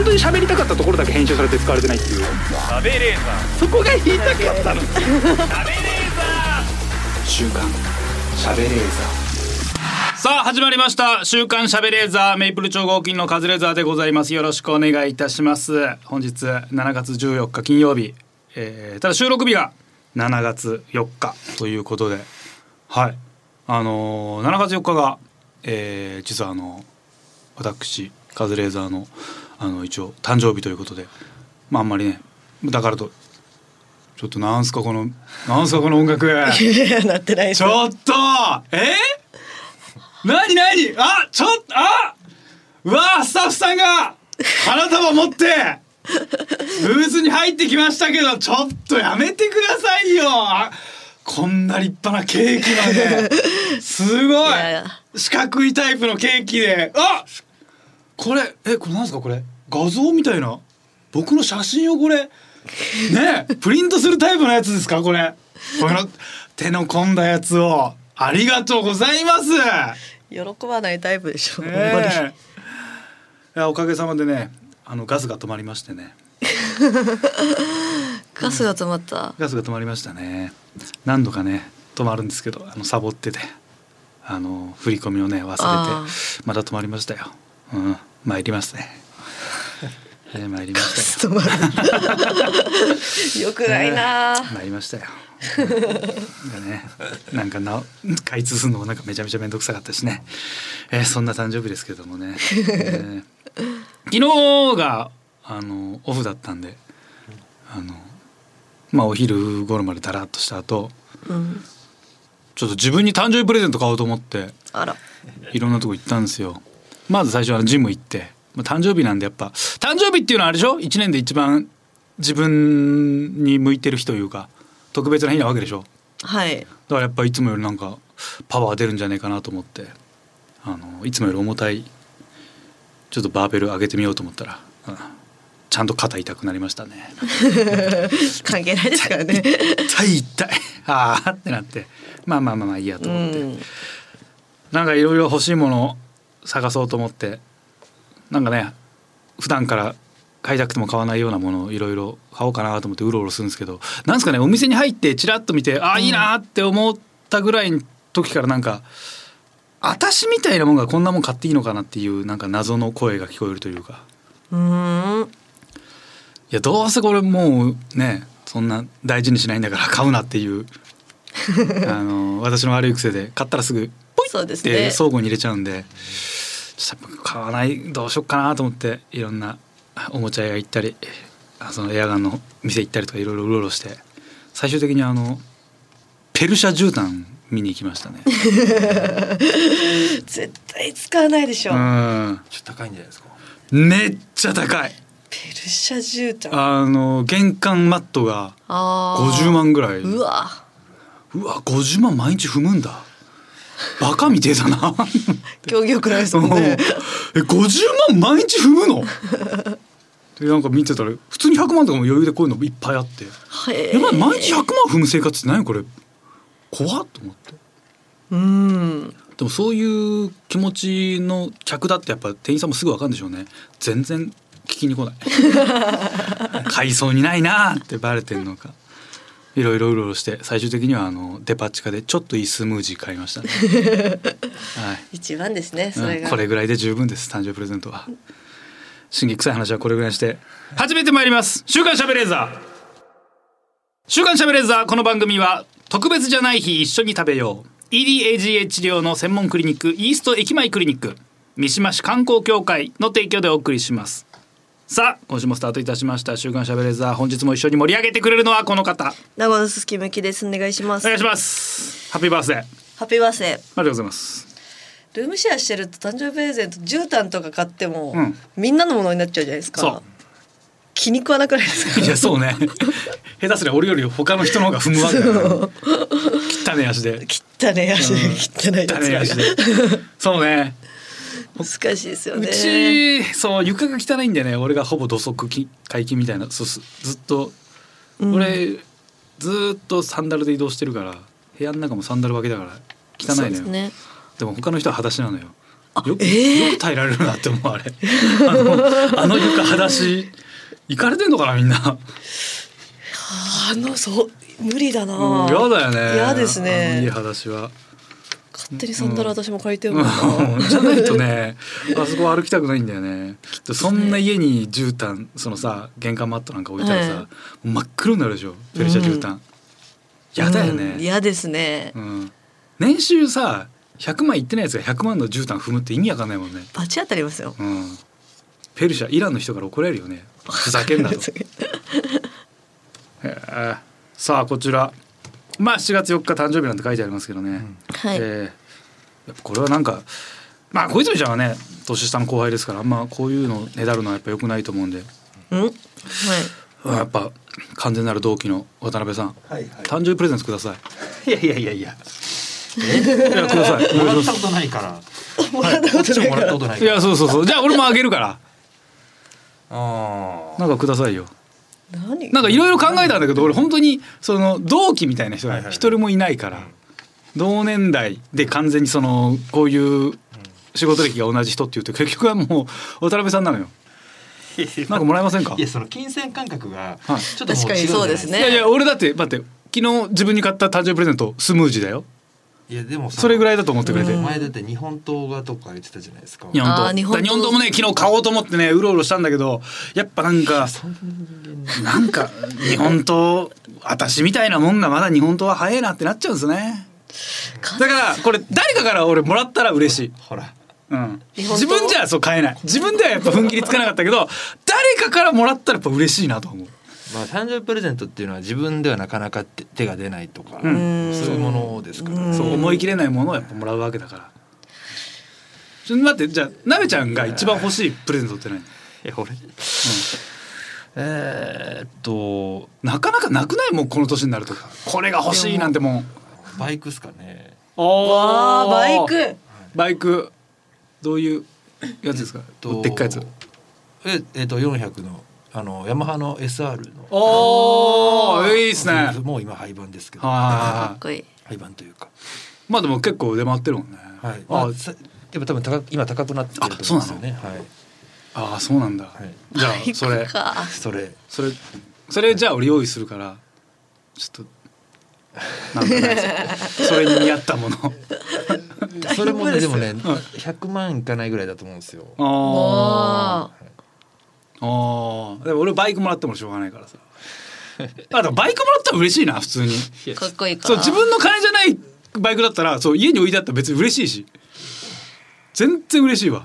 本当に喋りたかったところだけ編集されて使われてないっていう。 喋れーそこが言いたかったの。 喋れー週刊喋れーさあ始まりました週刊しゃべレーザー、メイプル超合金のカズレーザーでございます。よろしくお願いいたします。本日7月14日金曜日、ただ収録日が7月4日ということで、はい7月4日が、実は私カズレーザーの一応誕生日ということで、まああんまりねだからとちょっとなんすかこの音楽いやなってないです。 ちょっと何ちょっとうわースタッフさんが花束持ってブースに入ってきましたけど、ちょっとやめてくださいよ。こんな立派なケーキまですごい四角いタイプのケーキで、これなんですか、これ画像みたいな僕の写真をこれねプリントするタイプのやつですか、この手の込んだやつを。ありがとうございます。 喜ばないタイプでしょ。 いやおかげさまでねガスが止まりましてね。 ガスが止まった。 ガスが止まりましたね。何度かね止まるんですけどサボってて振り込みをね忘れてまた止まりましたよ。参りますね。参りましたよ。 よくないな。 参りましたよ。ね、なんか開通するのもなんかめちゃめちゃめんどくさかったしね、そんな誕生日ですけどもね、昨日がオフだったんでまあお昼頃までだらっとした後、ちょっと自分に誕生日プレゼント買おうと思っていろんなとこ行ったんですよ。まず最初はジム行って、誕生日なんでやっぱ誕生日っていうのはあれでしょ、1年で一番自分に向いてる日というか特別な日なわけでしょ。はい。だからやっぱいつもよりなんかパワー出るんじゃないかなと思っていつもより重たいちょっとバーベル上げてみようと思ったら、ちゃんと肩痛くなりましたね。 関係ないですからね。 痛いってなってまあいいやと思って、なんかいろいろ欲しいものを探そうと思って、なんかね普段から買いたくても買わないようなものをいろいろ買おうかなと思ってうろうろするんですけど、なんですかね、お店に入ってチラッと見ていいなって思ったぐらいの時からなんか私みたいなもんがこんなもん買っていいのかなっていうなんか謎の声が聞こえるというか、いやどうせこれもうねそんな大事にしないんだから買うなっていう私の悪い癖で買ったらすぐポイッって倉庫に入れちゃうんで、ちょっと買わないどうしよっかなと思っていろんなおもちゃ屋行ったりそのエアガンの店行ったりとかいろいろうろうろして最終的にペルシャ絨毯見に行きましたね。 絶対使わないでしょ。 ちょっと高いんじゃないですか。 めっちゃ高い。 ペルシャ絨毯玄関マットが50万ぐらい。うわ50万毎日踏むんだ。バカみてえだな。 競技よくないですもんね。 50万毎日踏むのでなんか見てたら普通に100万とかも余裕でこういうのいっぱいあって、毎日100万踏む生活って何これ怖っと思って。でもそういう気持ちの客だってやっぱ店員さんもすぐ分かるんでしょうね。全然聞きに来ない。買いそうにないなってバレてんのかいろいろうろうろして最終的にはデパ地下でちょっといいスムージー買いましたね。 一番ですねそれが、 これぐらいで十分です。誕生日プレゼントは。審議臭い話はこれぐらいにして始めてまいります。週刊しゃべレーザー。週刊しゃべレーザー、この番組は特別じゃない日一緒に食べよう EDAGA 治療の専門クリニックイースト駅前クリニック三島市観光協会の提供でお送りします。さあ今週もスタートいたしました週刊しゃべレーザー。本日も一緒に盛り上げてくれるのはこの方、 名古屋すすきむきです。お願いします。 お願いします。ハッピーバースデー。 ハッピーバースデー。ありがとうございます。 ルームシェアしてると誕生日プレゼント絨毯とか買っても、みんなのものになっちゃうじゃないですか。そう気に食わなくないですか。 いやそうね。下手すりゃ俺より他の人の方が踏むわけだよ。汚ね足で汚ね足でそうね難しいですよね。 うちそう床が汚いんでね、俺がほぼ土足皆勤みたいな、ずっと、俺ずっとサンダルで移動してるから部屋の中もサンダル分けだから汚いのよ。 でも他の人は裸足なのよ。 よく耐えられるなって思うあれあの床裸足行かれてんのかなみんなそう無理だな。 嫌だよね。 嫌ですね。 家裸足は勝手にサンダル私も借りてるもんな、 じゃないとねあそこ歩きたくないんだよね。きっとそんな家に絨毯そのさ玄関マットなんか置いたらさ、もう真っ黒になるでしょペルシャ絨毯。嫌だよね。 嫌ですね。 年収さ100万いってないやつが100万の絨毯踏むって意味わかんないもんね。 バチ当たりますよ。 ペルシャイランの人から怒られるよね。ふざけんなとさあこちらまあ7月4日誕生日なんて書いてありますけどね、 はい、 やっぱこれはなんかまあ小泉ちゃんはね年下の後輩ですからあんまこういうのねだるのはやっぱ良くないと思うんで、 はい、 やっぱ完全なる同期の渡辺さん、 はいはい、 誕生日プレゼントください。いやください。 もらったことないから。もらったことない。 いやそうじゃあ俺もあげるからあなんかくださいよ。 なんかいろいろ考えたんだけど俺本当にその同期みたいな人が一人もいないから、同年代で完全にそのこういう仕事歴が同じ人っていうと結局はもう渡辺さんなのよ。なんかもらえませんか。 いやその金銭感覚がちょっともう違う確かにそうですね。 いや俺だって待って昨日自分に買った誕生日プレゼントスムージーだよ。 いやでもそれぐらいだと思ってくれて。 前だって日本刀がとか言ってたじゃないですか。 日本刀もね昨日買おうと思ってねうろうろしたんだけどやっぱなんか日本刀私みたいなもんがまだ日本刀は早いなってなっちゃうんですね。だからこれ誰かから俺もらったら嬉しい。 ほら、 自分じゃそう買えない。自分ではやっぱ踏ん切りつかなかったけど誰かからもらったらやっぱ嬉しいなと思う。 まあ、誕生日プレゼントっていうのは自分ではなかなか手が出ないとか、そういうものですから、 そう思い切れないものをやっぱもらうわけだから。ちょっと待ってじゃあなべちゃんが一番欲しいプレゼントって何？ 俺、 なかなかなくないもんこの年になるとこれが欲しいなんてもうバイクっすかね。 バイクどういうやつですか？でっかいやつ。 400のヤマハの SR のいいっすね。 もう今廃盤ですけど、 かっこいい。 廃盤というかまあでも結構出回ってるもんね。 はい。やっぱ多分今高くなってると思うんですよね。 ああそうなんだ。じゃあそれじゃあ俺用意するからちょっとなんかないそれに見合ったものそれもねでもね100万いかないぐらいだと思うんですよ。 でも俺バイクもらってもしょうがないからさあでもバイクもらったら嬉しいな普通に。 かっこいいからそう自分の金じゃないバイクだったらそう家に置いてあったら別に嬉しいし全然嬉しいわ。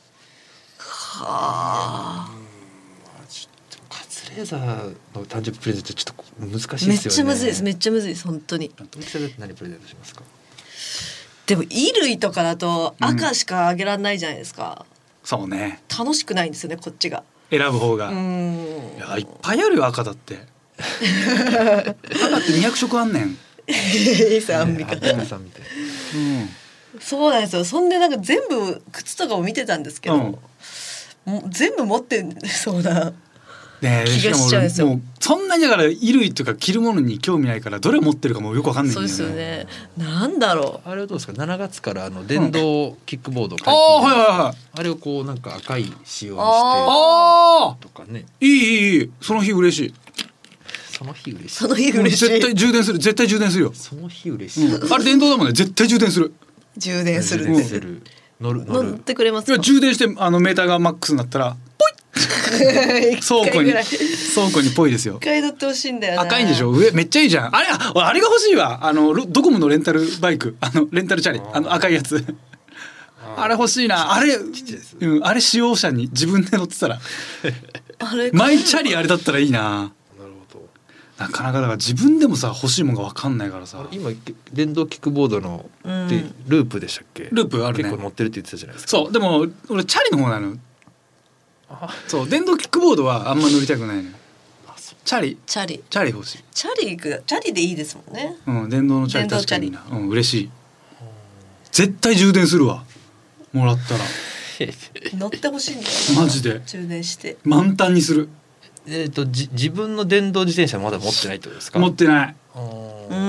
ちょっとカツレーザーの誕生日プレゼントちょっと難しいですよね。 めっちゃむずいです。めっちゃむずいです本当に。 トミキさんだって何プレゼントしますか？ でも衣類とかだと赤しかあげられないじゃないですか。 そうね。 楽しくないんですよねこっちが。 選ぶ方が。いやいっぱいあるよ赤だって。赤って200色あんねん。 いいっすアンミカさんみたいな。 そうなんですよ。そんでなんか全部靴とかも見てたんですけど、もう全部持ってそうな気がしちゃうんですよ。 もうそんなにだから衣類とか着るものに興味ないからどれ持ってるかもよくわかんないんだよね。 そうですよね。なんだろう。 あれはどうですか7月から電動キックボード解禁、あれをこうなんか赤い仕様にしてとかね。 いいその日嬉しい。 その日嬉しい。 絶対充電するよ。 その日嬉しい。 あれ電動だもんね。絶対充電する。 充電する。乗ってくれますか？ 充電してメーターがマックスになったらポイ倉庫にポイですよ。 一回乗ってほしいんだよな。 赤いんでしょ。上めっちゃいいじゃん。あれが欲しいわ。ドコモのレンタルバイクレンタルチャリ赤いやつあれ欲しいな。あれ使用者に自分で乗ってたらマイチャリあれだったらいいな。なかなかだから自分でもさ欲しいものが分かんないからさ。 今電動キックボードのでループでしたっけ？ ループあるね。 結構乗ってるって言ってたじゃないですか。 そうでも俺チャリの方なの。そう電動キックボードはあんま乗りたくないの。チャリ欲しい。 チャリでいいですもんね。 電動のチャリ確かにいいな。嬉しい。絶対充電するわ。もらったら乗ってほしいんだよ。 マジで充電して満タンにする。 自分の電動自転車まだ持ってないってことですか？ 持ってない。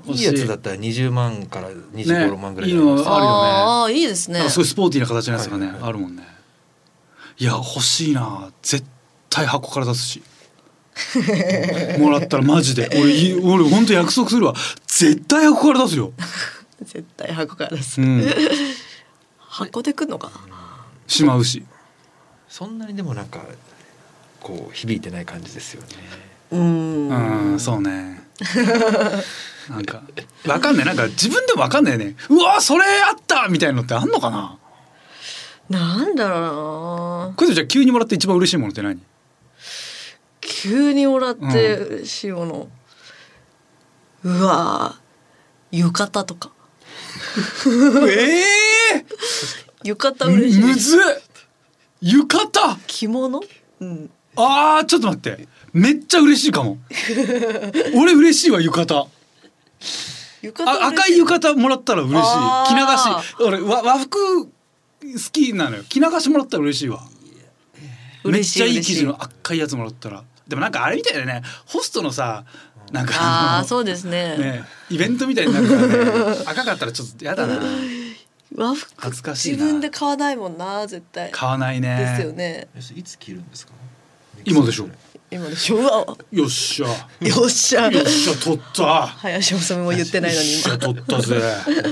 いいやつだったら20万から25、6万ぐらい、 いいのあるよね。 ああいいですね。 すごいスポーティーな形のやつがね、 はいはいはいあるもんね。いや欲しいな、絶対箱から出すしもらったらマジで俺本当約束するわ、絶対箱から出すよ絶対箱からです、箱で来るのかな。 しまうし。 そんなにでもなんかこう響いてない感じですよね。 そうねなんかわかんない、なんか自分でもわかんないよね。うわそれあったみたいなのってあんのかな。 なんだろうな。 これじゃあ急にもらって一番嬉しいものって何？ 急にもらって嬉しいもの、うわ浴衣とか浴衣嬉しい。 むずっ。浴衣着物、 あーちょっと待って、めっちゃ嬉しいかも俺嬉しいわ浴衣。赤い浴衣もらったら嬉しい。着流し俺和服好きなのよ。着流しもらったら嬉しいわ。めっちゃいい生地の赤いやつもらったら。でもなんかあれみたいだね、ホストのさなんかそうですねイベントみたいになるからね赤かったらちょっとやだな。 和服恥ずかしいな。 自分で買わないもんな絶対。 買わないね。 ですよね。 いつ着るんですか？ 今でしょ。 今でしょ。うわよっしゃよっしゃよっしゃ取った林修も言ってないのによっしゃ取ったぜ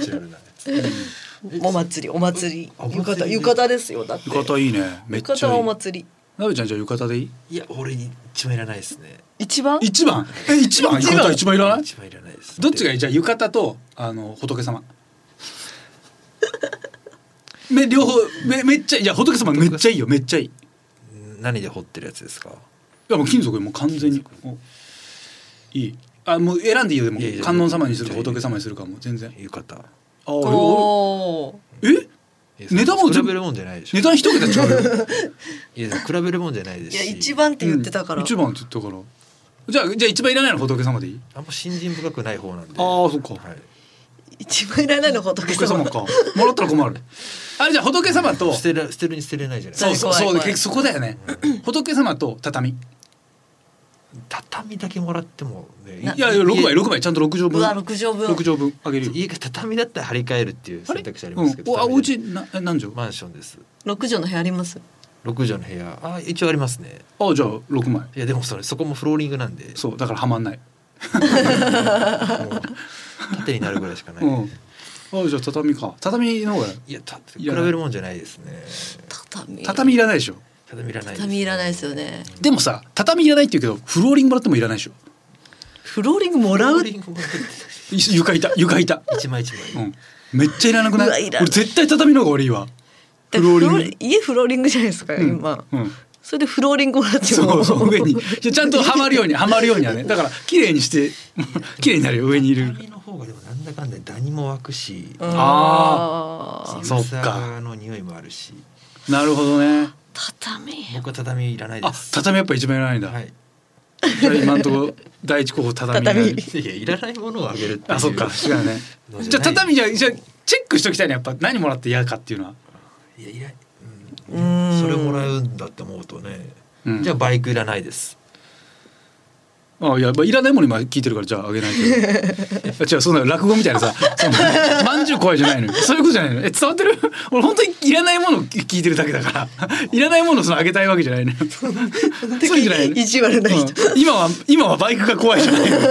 お祭り浴衣ですよ。だって浴衣いいね。めっちゃいい。 浴衣はお祭り。 なべちゃんじゃあ浴衣でいい？ いや俺一番いらないですね。 一番一番浴衣一番いらない？ 一番いらないです。 どっちがいい？じゃあ浴衣と仏様両方めっちゃいい。じゃあ仏様めっちゃいいよ。めっちゃいい。 何で彫ってるやつですか？ いやもう金属もう完全にいい。もう選んでいいよ。でも観音様にするか仏様にするかも全然。 浴衣。 値段も比べるもんじゃないでしょ。 値段一桁違うよいや比べるもんじゃないですし。 いや一番って言ってたから。 一番って言ったから。じゃあ一番いらないの仏様でいい？ あんま信心深くない方なんで。 そっか。 一番いらないの仏様か。もらったら困る。あれじゃあ仏様と捨てるに捨てれないじゃないですか。そうでそこだよね。仏様と畳だけもらってもね。 いや6枚ちゃんと6畳分。6畳分あげるよ。 家が畳だったら張り替えるっていう選択肢ありますけど。 お家何畳？ マンションです。 6畳の部屋あります？ 6畳の部屋一応ありますね。 じゃあ6枚。 いやでもそこもフローリングなんで。 そうだからはまんない。 縦になるぐらいしかない。 じゃあ畳か。畳の方がいや比べるもんじゃないですね。 畳いらないでしょ。 畳いらない。 畳いらないですよね。 でもさ畳いらないって言うけどフローリングもらってもいらないでしょ。 フローリングもらう？ 床板一枚一枚。 めっちゃいらなくない？俺絶対畳の方が悪いわ。 フローリング家フローリングじゃないですか今。それでフローリングもらってもそう上にちゃんとはまるようにはね。だから綺麗にして綺麗になるよ。上に入れる。 畳の方がでもなんだかんだダニも湧くし、そっかの匂いもあるし。 なるほどね。 僕は畳いらないです。 畳やっぱ一番いらないんだ。 はい。 じゃあ今のところ第一候補畳。 いやいらないものをあげるっていう。 そっか違うね。じゃあ畳じゃチェックしときたいね。やっぱ何もらって嫌かっていうのは。 いやそれもらうんだって思うとね。じゃあバイクいらないです。 いやいらないもの今聞いてるからじゃああげないけど違うそんな落語みたいなさまんじゅう怖いじゃないの。そういうことじゃないの。伝わってる？俺本当にいらないもの聞いてるだけだからいらないものあげたいわけじゃないの。そうじゃないの。 意地悪な人。 今はバイクが怖いじゃないの。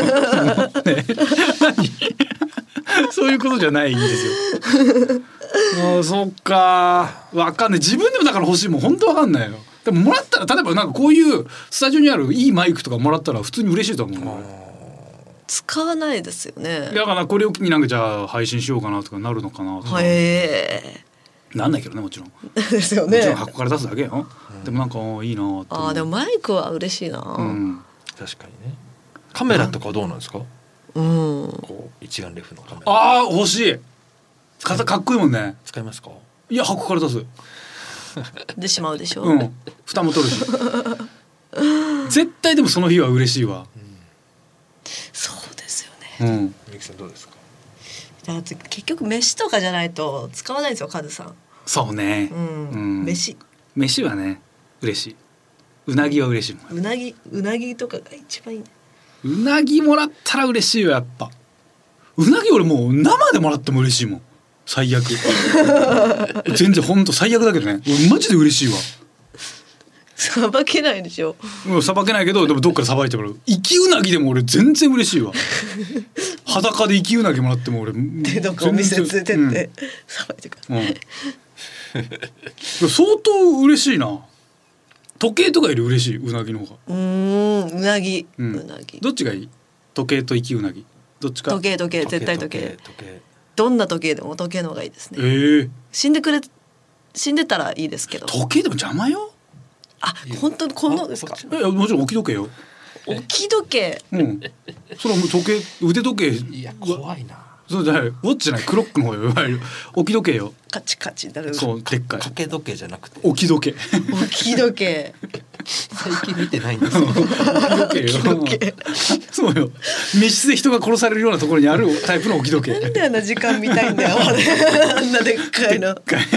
そういうことじゃないんですよ。そっかわかんない。自分でもだから欲しいもん本当わかんないよ。でももらったら例えばなんかこういうスタジオにあるいいマイクとかもらったら普通に嬉しいと思う。 使わないですよね。 だからこれを機になんかじゃあ配信しようかなとかなるのかなとか。なんないけどねもちろん。 ですよね。 もちろん箱から出すだけよ。でもなんかいいなって。 でもマイクは嬉しいな。 確かにね。カメラとかどうなんですか？こう一眼レフのカメラ。 欲しい。かっこいいもんね。 使いますか？ いや箱から出す。 でしまうでしょ。 蓋も取るし。絶対でもその日は嬉しいわ。 そうですよね。 みきさんどうですか？ だって結局飯とかじゃないと使わないんですよカズさん。 そうね。飯はね嬉しい。うなぎは嬉しいもん。うなぎとかが一番いいね。 うなぎもらったら嬉しいよやっぱ。 うなぎ俺もう生でもらっても嬉しいもん。最悪全然ほんと最悪だけどね、俺マジで嬉しいわ。 さばけないでしょ。 さばけないけど、でもどっからさばいてもらう。生きうなぎでも俺全然嬉しいわ裸で生きうなぎもらっても俺でどっかお店連れてってさばいてください、 相当嬉しいな。時計とかより嬉しいうなぎの方が。 うなぎ、うなぎどっちがいい？時計と生きうなぎどっちか。 時計絶対時計。どんな時計でも時計の方がいいですね。死んでたらいいですけど。 時計でも邪魔よ。 あ、本当にこんなですか。 もちろん置き時計よ。 置き時計。 それはもう時計、腕時計。 いや怖いな。 そうじゃない、ウォッチじゃない、クロックの方よ。置き時計よ。 カチカチなる。 そう、でっかい。 掛け時計じゃなくて。 置き時計。 置き時計。 最近見てないんですよ。 置き時計。そうよ。密室で人が殺されるようなところにあるタイプの置き時計。 なんであんな時間見たいんだよ。あんなでっかいの。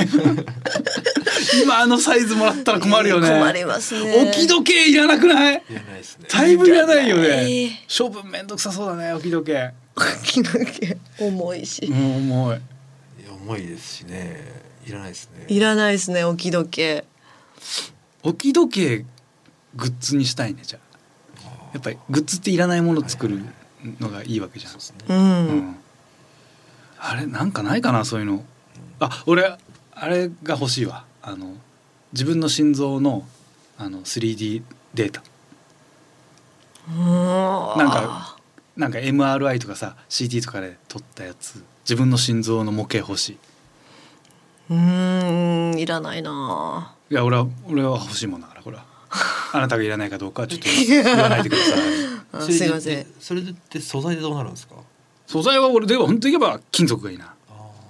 今あのサイズもらったら困るよね。 困りますね。 置き時計いらなくない？ いらないですね。 だいぶいらないよね。処分めんどくさそうだね、置き時計。 置き時計重いし。 重い。 重いですしね。いらないですね。 いらないですね、置き時計。 置き時計グッズにしたいね。じゃあやっぱりグッズっていらないもの作るのがいいわけじゃん。あれなんかないかな、そういうの。あ、俺あれが欲しいわ。自分の心臓の3D データ。なんか MRI とかさ CT とかで撮ったやつ、自分の心臓の模型欲しい。 いらないな。 いや俺は欲しいもんだから、これはあなたがいらないかどうかはちょっと言わないでください。 すいません。 それって素材でどうなるんですか？ 素材は俺では本当に言えば金属がいいな。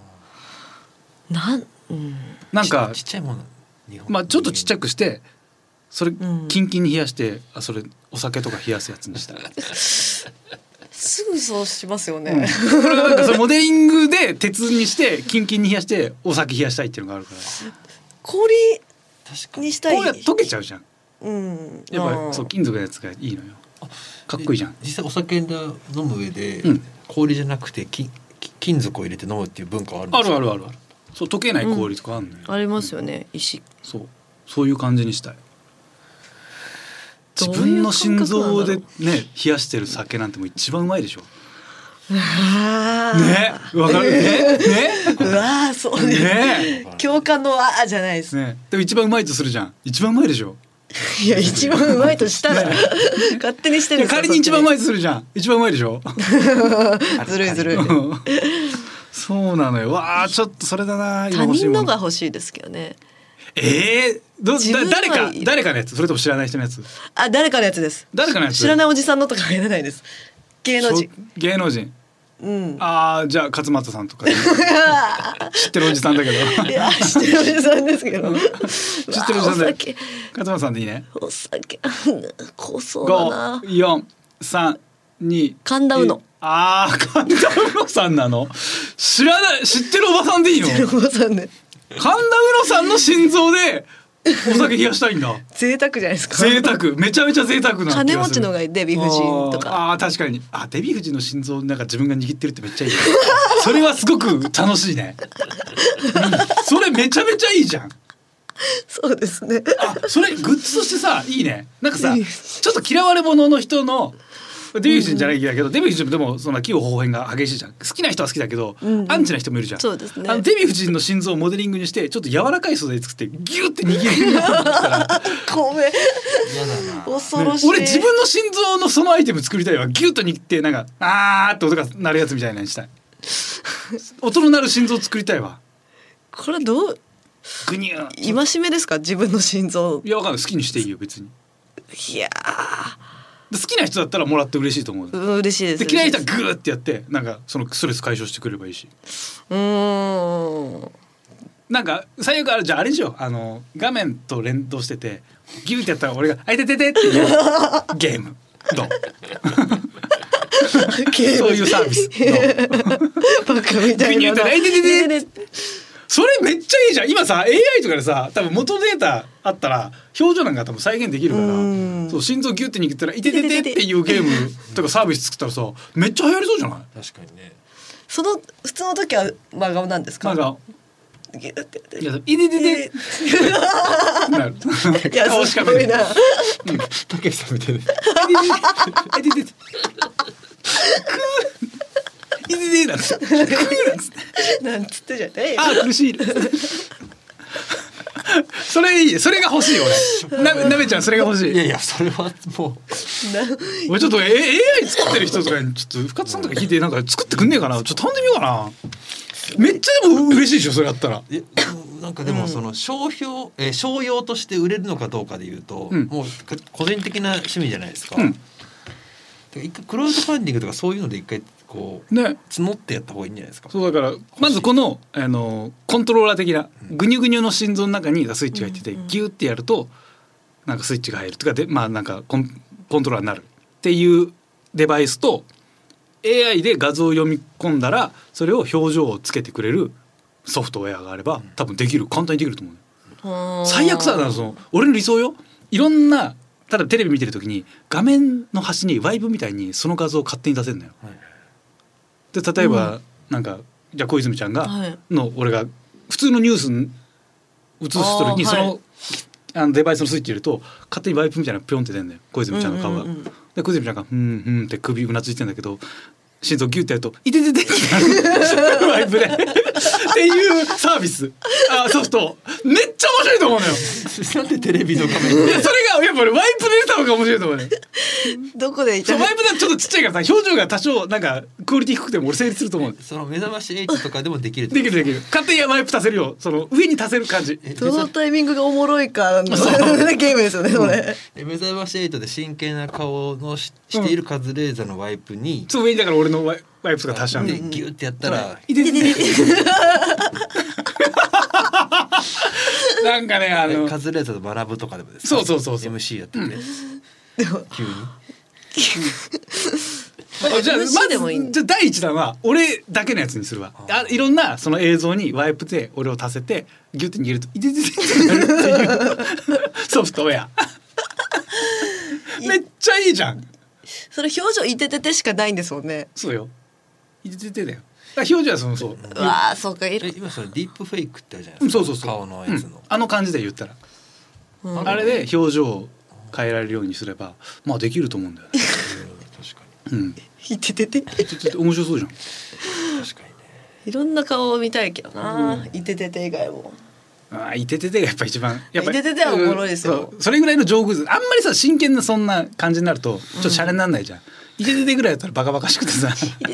なんかちっちゃいもの。 まあちょっとちっちゃくしてそれキンキンに冷やして、それお酒とか冷やすやつにしたらすぐそうしますよね。 これなんかそのモデリングで鉄にしてキンキンに冷やしてお酒冷やしたいっていうのがあるから。 氷にしたい。 これ溶けちゃうじゃん。やっぱそう金属のやつがいいのよ。かっこいいじゃん。 実際お酒で飲む上で、氷じゃなくて金属を入れて飲むっていう文化はあるんですか？ ある。そう溶けない氷とかあるのよ。 ありますよね、石。 そういう感じにしたい。自分の心臓でね冷やしてる酒なんてもう一番うまいでしょ。ね、わかるね。 うわそうね。共感のあじゃないですね。でも一番うまいとするじゃん。一番うまいでしょ。 いや一番うまいとしたら勝手にしてるんですよ。 仮に一番うまいとするじゃん。一番うまいでしょ。 ずるい。 そうなのよ。わあちょっとそれだな。 他人のが欲しいですけどね。 誰かのやつ、それとも知らない人のやつ？ あ、誰かのやつです。 誰かのやつ。 知らないおじさんのとか入らないです。芸能人。ああじゃあ勝俣さんとか知ってるおじさんだけど。 いや知ってるおじさんですけど。知ってるおじさんで。勝俣さんでいいね。 お酒濃そうだな。 5、4、3、2。 神田うの。 神田うのさんなの？知らない、知ってるおばさんでいいの？ 知ってるおばさんで。 神田うのさんの心臓でお酒冷やしたいんだ。 贅沢じゃないですか。 贅沢、めちゃめちゃ贅沢な気がする。 金持ちのがデヴィ夫人とか。 確かに。デヴィ夫人の心臓なんか自分が握ってるってめっちゃいい。それはすごく楽しいね。それめちゃめちゃいいじゃん。 そうですね。 それグッズとしてさいいね。なんかさちょっと嫌われ者の人のデヴィ夫人じゃないけど、デヴィ夫人でもそんな器用方変が激しいじゃん。好きな人は好きだけど、アンチな人もいるじゃん。 そうですね。 デヴィ夫人の心臓をモデリングにしてちょっと柔らかい素材作ってギュって握るごめん。恐ろしい。 俺自分の心臓のそのアイテム作りたいわ。ギュッと握ってなんかって音が鳴るやつみたいなにしたい。音の鳴る心臓作りたいわ。 これどう？ グニュー。 戒めですか、自分の心臓。 いやわかんない、好きにしていいよ別に。 いや好きな人だったらもらって嬉しいと思う。 嬉しいです。 嫌いな人はグーってやってなんかそのストレス解消してくればいいし。なんか最悪じゃああれにしよう。画面と連動しててギューってやったら俺が「あいててて」っていうゲームどう？そういうサービスどう？ バカみたいな。 グニューって「あいててて」それめっちゃいいじゃん。今さ AI とかでさ多分元データあったら表情なんか多分再現できるから、そう心臓ギュッて握ったら「いててて」っていうゲームとかサービス作ったらさめっちゃ流行りそうじゃない？ 確かにね。 その普通の時は真顔なんですか？ 真顔。 いやいででで。 いや顔しか見ない。 たけしさんみたいな。 いででで。いででなんつって。 なんつってじゃない。 あ苦しい。それいい。それが欲しい俺。なべちゃんそれが欲しい。 いやいやそれはもう。 俺ちょっと AI 作ってる人とかにちょっと深津さんとか聞いてなんか作ってくんねえかな。ちょっと頼んでみようかな。めっちゃでも嬉しいでしょそれやったら。 なんかでもその商用として売れるのかどうかでいうと、もう個人的な趣味じゃないですか。一回クラウドファンディングとかそういうので一回こう、ね、募ってやった方がいいんじゃないですか。 そうだからまずこの、コントローラー的なグニュグニュの心臓の中にスイッチが入ってて、ギューってやるとなんかスイッチが入るとかでまあなんかコントローラーになるっていうデバイスと AI で画像を読み込んだらそれを表情をつけてくれるソフトウェアがあれば多分できる簡単にできると思う。最悪さその俺の理想よ。いろんな例えばテレビ見てる時に画面の端にワイプみたいにその画像を勝手に出せるのよ。で例えば、なんかじゃあ小泉ちゃんが、の俺が普通のニュース映す時にその、デバイスのスイッチ入れると勝手にワイプみたいなのピョンって出るんだよ小泉ちゃんの顔が。で小泉ちゃんがって首うなずいてんだけど心臓ギュッてやるといてててってなるワイプでっていうサービスソフトめっちゃ面白いと思うのよ。 なんでテレビの画面いやそれがやっぱりワイプで出た方が面白いと思うね。 どこでいたワイプだとちょっとちっちゃいからさ表情が多少なんかクオリティ低くても俺成立すると思う。 その目覚まし8とかでもできるできる勝手にワイプ足せるよ。その上に足せる感じ。 どのタイミングがおもろいかのゲームですよねそれ。 目覚まし8で真剣な顔のしているカズレーザーのワイプに、 そう上にだから俺のワイプとか足しちゃうんでギュッてやったらいてててなんかねカズレーザーと学ぶとかでもですか。そう MC やってて、急にじゃあまずじゃあ第一弾は俺だけのやつにするわ。いろんなその映像にワイプで俺を足せてギュッて握るといてててってなるっていうソフトウェアめっちゃいいじゃん。 それ表情いてててしかないんですもんね。 そうよいてててだよ。表情はそう。 わあそうか。 今そのディープフェイクってあるじゃないですか。そう顔のやつの、 あの感じで言ったら、あれで表情を変えられるようにすればまあできると思うんだよね。 確かに。 いててて面白そうじゃん。 確かにね。 いろんな顔を見たいけどな。いててて以外も。 いてててがやっぱ一番やっぱいてててはおもろいですよ。 それぐらいの上手。あんまりさ真剣なそんな感じになるとちょっとシャレにならないじゃん。いてててぐらいだったらバカバカしくてさ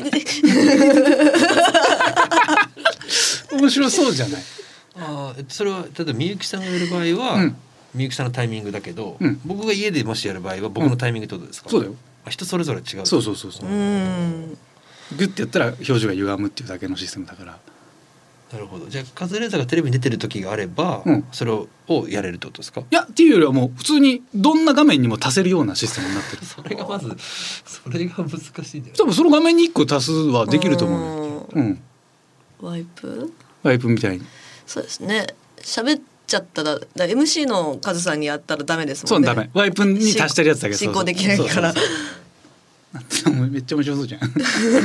面白そうじゃない。 それは例えばみゆきさんがやる場合は、みゆきさんのタイミングだけど、僕が家でもしやる場合は僕のタイミングってことですか。 そうだよ。 人それぞれ違う。 そうグッてやったら表情が歪むっていうだけのシステムだから。 なるほど。じゃあカズレーザーがテレビに出てる時があれば、それをやれるってことですか。 いやっていうよりはもう普通にどんな画面にも足せるようなシステムになってる。 それが難しいんだよ。 多分その画面に1個足すはできると思うよ。 ワイプみたいに。 そうですね。喋っちゃったらMC のカズさんにやったらダメですもんね。 そうダメ。ワイプに足してるやつだけど進行できないから。 めっちゃ面白そうじゃん。な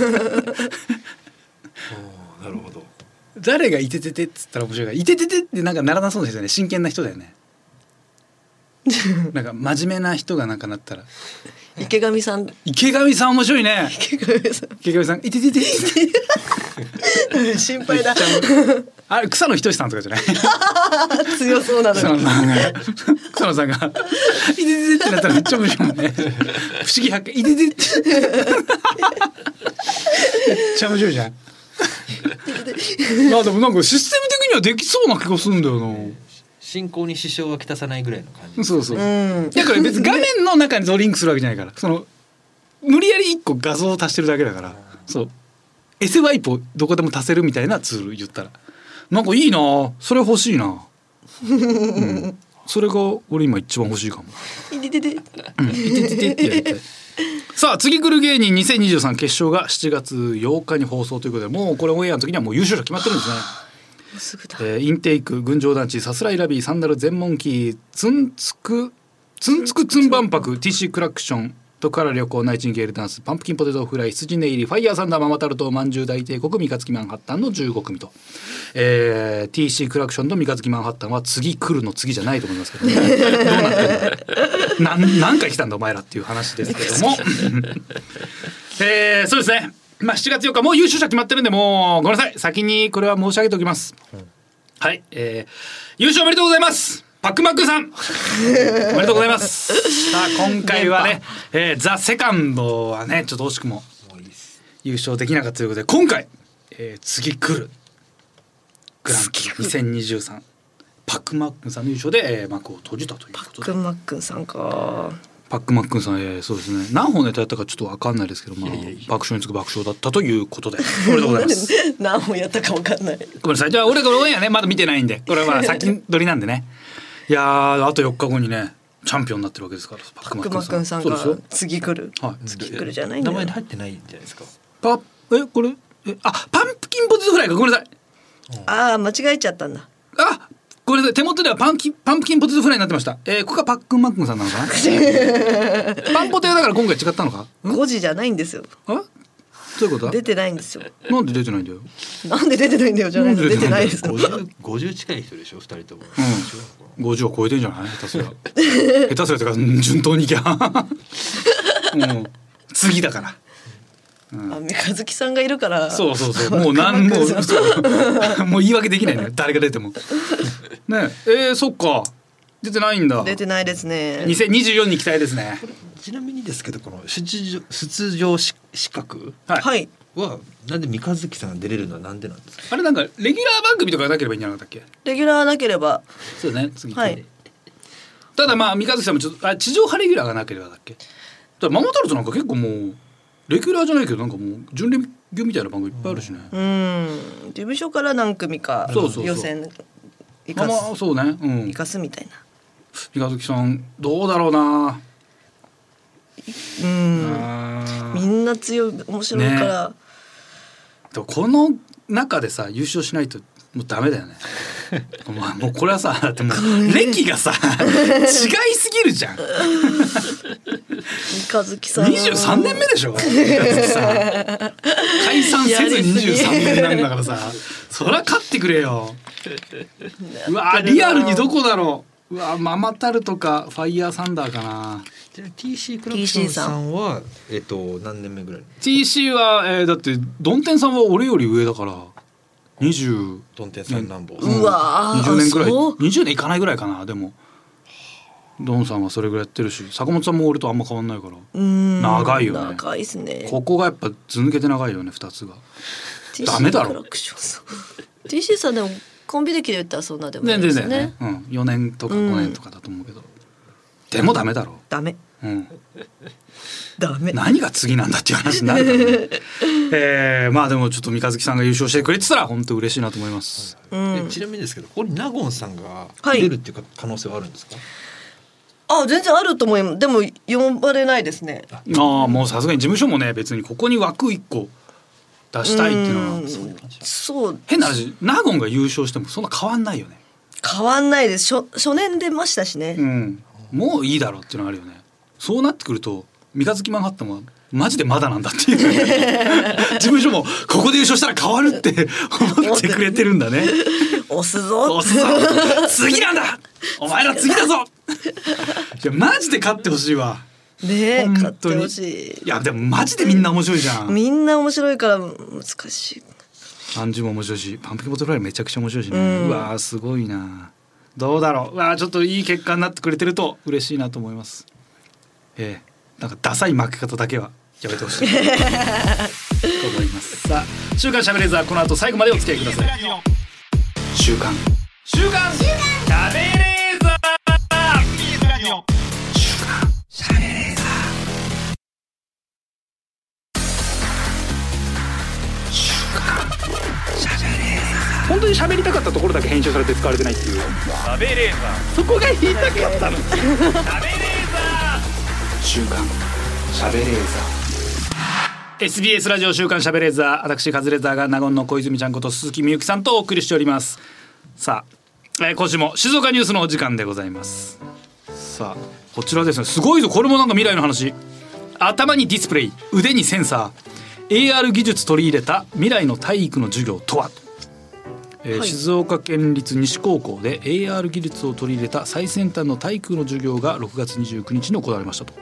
るほど。 誰がいてててっつったら面白いから、いてててってなんかならなそうですよね。真剣な人だよね。なんか真面目な人がなんかなったら池上さん面白いね。池上さんいててて心配だ。 あれ草野仁さんとかじゃない強そうなの草野さんがいてててってなったらめっちゃ面白いもんね。不思議発見いてててめっちゃ面白いじゃん。まあでもなんかシステム的にはできそうな気がするんだよな。 進行に支障はきたさないぐらいの感じ。 そうだから別に画面の中にリンクするわけじゃないから、その無理やり1個画像を足してるだけだから、そうエセワイプをどこでも足せるみたいなツール言ったらなんかいいな。それ欲しいな。それが俺今一番欲しいかも。 いてててってやりたい。さあ次来る芸人2023決勝が7月8日に放送ということで、もうこれオンエアの時にはもう優勝者決まってるんですね。 すぐだ。 インテイク、群青団地、さすらいラビー、サンダル、全問キー、ツンツクツン万博、TC クラクション、 徳原旅行ナイチンゲールダンスパンプキンポテトフライ羊ネイリファイヤーサンダーママタルトまんじゅう大帝国三日月マンハッタンの15組と、TC クラクションと三日月マンハッタンは次来るの次じゃないと思いますけどねどうなってんだ何回来たんだお前らっていう話ですけどもそうですね、まあ、7月4日もう優勝者決まってるんでもうごめんなさい先にこれは申し上げておきます、はい、優勝おめでとうございますパックマックさんおめでとうございますさあ今回はね、ザ・セカンドはねちょっと惜しくも優勝できなかったということで今回、次来るグランプリ2023パックマックさんの優勝で、幕を閉じたということでパックマックさんかパックマックさん、そうですね何本ネタやったかちょっと分かんないですけど、まあ、爆笑に次ぐ爆笑だったということでおめでとうございます何本やったか分かんないごめんなさいじゃあ俺これオンエアねまだ見てないんでこれは先取りなんでねいやあと4日後にねチャンピオンになってるわけですからパックマックさんが次来る、はい、次来るじゃないんだ名前で入ってないんじゃないですかこれパンプキンポテトフライかごめんなさいああ間違えちゃったんだあこれ手元ではパンプキンポテトフライになってました。ここがパックンマックンさんなのかな。パンポテだから今回違ったのか。 5時じゃないんですよ。 どういうことだ。 出てないんですよ。 なんで出てないんだよ。 なんで出てないんだよじゃないの出てないですよ。 50近い人でしょ2人とも。 50を超えてんじゃない下手すら。下手すらとか順当にいきゃ。次だから。 三日月さんがいるからそうもう何ももう言い訳できないのよ誰が出てもねそっか出てないんだ出てないですね 2024に期待ですねちなみにですけどこの出場資格はいはなんで三日月さんが出れるのはなんでなんですかあれなんかレギュラー番組とかなければいいんじゃなかったっけレギュラーなければそうね次はいただまあ三日月さんもちょっと地上波レギュラーがなければだっけだからママタルトなんか結構もうレギュラーじゃないけどなんかもう準レギュみたいな番組いっぱいあるしね事務所から何組か予選生かすそうね生かすみたいな三日月さんどうだろうなみんな強い面白いから、ね、 でもこの中でさ優勝しないともうダメだよねもうこれはさだってもう歴がさ違いすぎるじゃん三日月さん 23年目でしょ三日月さん解散せず23年なんだからさそりゃ勝ってくれようわリアルにどこだろううわママタルとかファイヤーサンダーかな TC クラクションさんは何年目ぐらい TC は、だってドンテンさんは俺より上だから20 ドンテンさん何本うわ 20年ぐらい20年いかないぐらいかなでもドンさんはそれぐらいやってるし坂本さんも俺とあんま変わんないから長いよね長いっすねここがやっぱず抜けて長いよね2つがダメだろ TC さんでもコンビ歴で言ったらそんなでもないですねね、4年とか5年とかだと思うけど、でもダメだろダメダメ何が次なんだっていう話になるからねまあでもちょっと三日月さんが優勝してくれてたら本当嬉しいなと思います、 ちなみにですけどここに納言さんが出るっていう可能性はあるんですか、 全然あると思いますでも呼ばれないですねもうさすがに事務所もね別にここに枠1個出したいっていうのはそう変な話納言が優勝してもそんな変わんないよね変わんないです初年出ましたしね、 もういいだろうっていうのがあるよねそうなってくると三日月マンハッタンはマジでまだなんだっていう事務所もここで優勝したら変わるって思ってくれてるんだね押すぞ次なんだお前ら次だぞいやマジで勝ってほしいわね勝ってほしいいやでもマジでみんな面白いじゃんみんな面白いから難しいアンジュも面白いしパンプキンポテトフライめちゃくちゃ面白いしねうわすごいなどうだろうわちょっといい結果になってくれてると嬉しいなと思いますなんかダサい負け方だけはやめてほしいと思いますさあ週刊しゃべれーザーこの後最後までお付き合いください週刊しゃべれーザー週刊しゃべれーザー週刊しゃべれーザー本当に喋りたかったところだけ編集されて使われてないっていうしゃべれーザーそこが言いたかったのしゃべれーザー週刊しゃべれーザー SBS ラジオ週刊しゃべれーザー私カズレーザーが納言の小泉ちゃんこと鈴木みゆきさんとお送りしておりますさあ、今週も静岡ニュースのお時間でございますさあこちらですねすごいぞこれもなんか未来の話頭にディスプレイ、腕にセンサー、 AR 技術取り入れた未来の体育の授業とは、静岡県立西高校で AR 技術を取り入れた最先端の体育の授業が6月29日に行われましたと。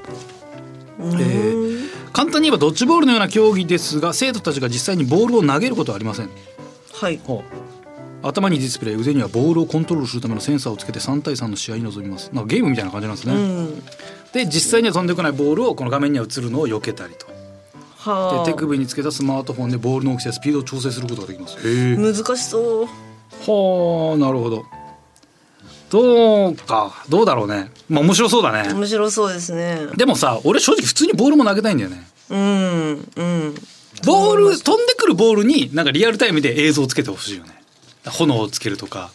簡単に言えばドッジボールのような競技ですが、生徒たちが実際にボールを投げることはありません。 はい。 頭にディスプレイ、腕にはボールをコントロールするためのセンサーをつけて3対3の試合に臨みます。なんかゲームみたいな感じなんですね。で実際には飛んでこないボールをこの画面には映るのを避けたりと。で手首につけたスマートフォンでボールの大きさやスピードを調整することができます。 難しそう。 はあ、なるほど。どうか、どうだろうね。まあ面白そうだね。 面白そうですね。 でもさ、俺正直普通にボールも投げたいんだよね。ボール飛んでくるボールになんかリアルタイムで映像をつけてほしいよね。炎をつけるとか。